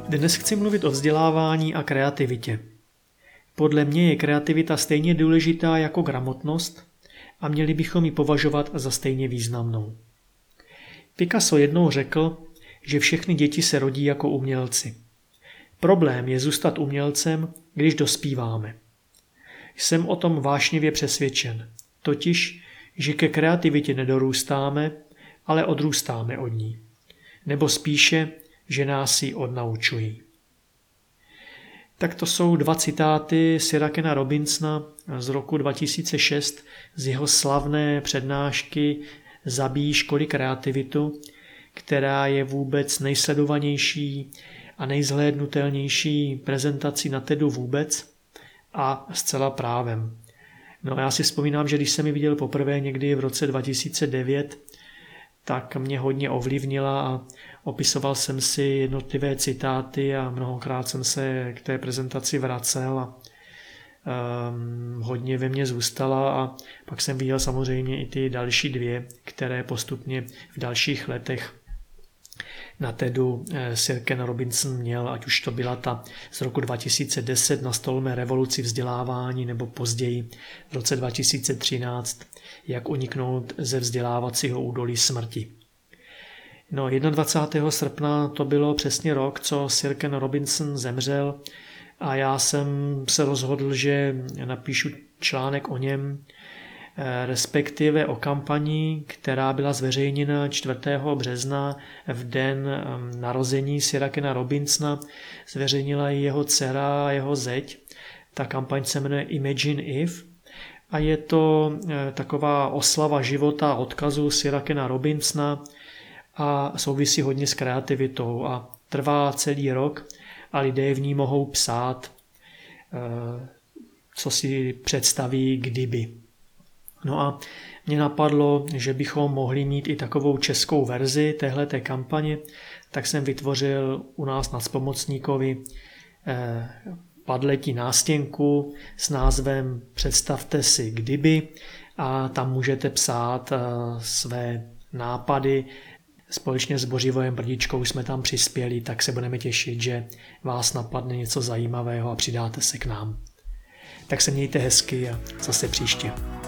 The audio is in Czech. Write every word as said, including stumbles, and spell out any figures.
Dnes chci mluvit o vzdělávání a kreativitě. Podle mě je kreativita stejně důležitá jako gramotnost a měli bychom ji považovat za stejně významnou. Picasso jednou řekl, že všechny děti se rodí jako umělci. Problém je zůstat umělcem, když dospíváme. Jsem o tom vášnivě přesvědčen, totiž, že ke kreativitě nedorůstáme, ale odrůstáme od ní. Nebo spíše, že nás ji odnaučují. Tak to jsou dva citáty Sira Kena Robinsona z roku dva tisíce šest z jeho slavné přednášky Zabíj školy kreativitu, která je vůbec nejsledovanější a nejzhlédnutelnější prezentací na TEDu vůbec a zcela právem. No a já si vzpomínám, že když jsem ji viděl poprvé někdy v roce dva tisíce devět, tak mě hodně ovlivnila a opisoval jsem si jednotlivé citáty a mnohokrát jsem se k té prezentaci vracel a um, hodně ve mně zůstala a pak jsem viděl samozřejmě i ty další dvě, které postupně v dalších letech na TEDu Sir Ken Robinson měl, ať už to byla ta z roku dva tisíce deset Nastolme revoluci vzdělávání nebo později v roce dva tisíce třináct Jak uniknout ze vzdělávacího údolí smrti. No, dvacátého prvního srpna to bylo přesně rok, co Sir Ken Robinson zemřel a já jsem se rozhodl, že napíšu článek o něm, respektive o kampani, která byla zveřejněna čtvrtého března v den narození Sira Kena Robinsona. Zveřejnila ji jeho dcera a jeho zeď. Ta kampaň se jmenuje Imagine If a je to taková oslava života a odkazu Sira Kena Robinsona a souvisí hodně s kreativitou a trvá celý rok a lidé v ní mohou psát, co si představí kdyby. No a mě napadlo, že bychom mohli mít i takovou českou verzi téhleté kampaně, tak jsem vytvořil u nás na Zpomocníkovi padletí nástěnku s názvem Představte si kdyby a tam můžete psát své nápady. Společně s Bořivojem Brdičkou jsme tam přispěli, tak se budeme těšit, že vás napadne něco zajímavého a přidáte se k nám. Tak se mějte hezky a zase příště.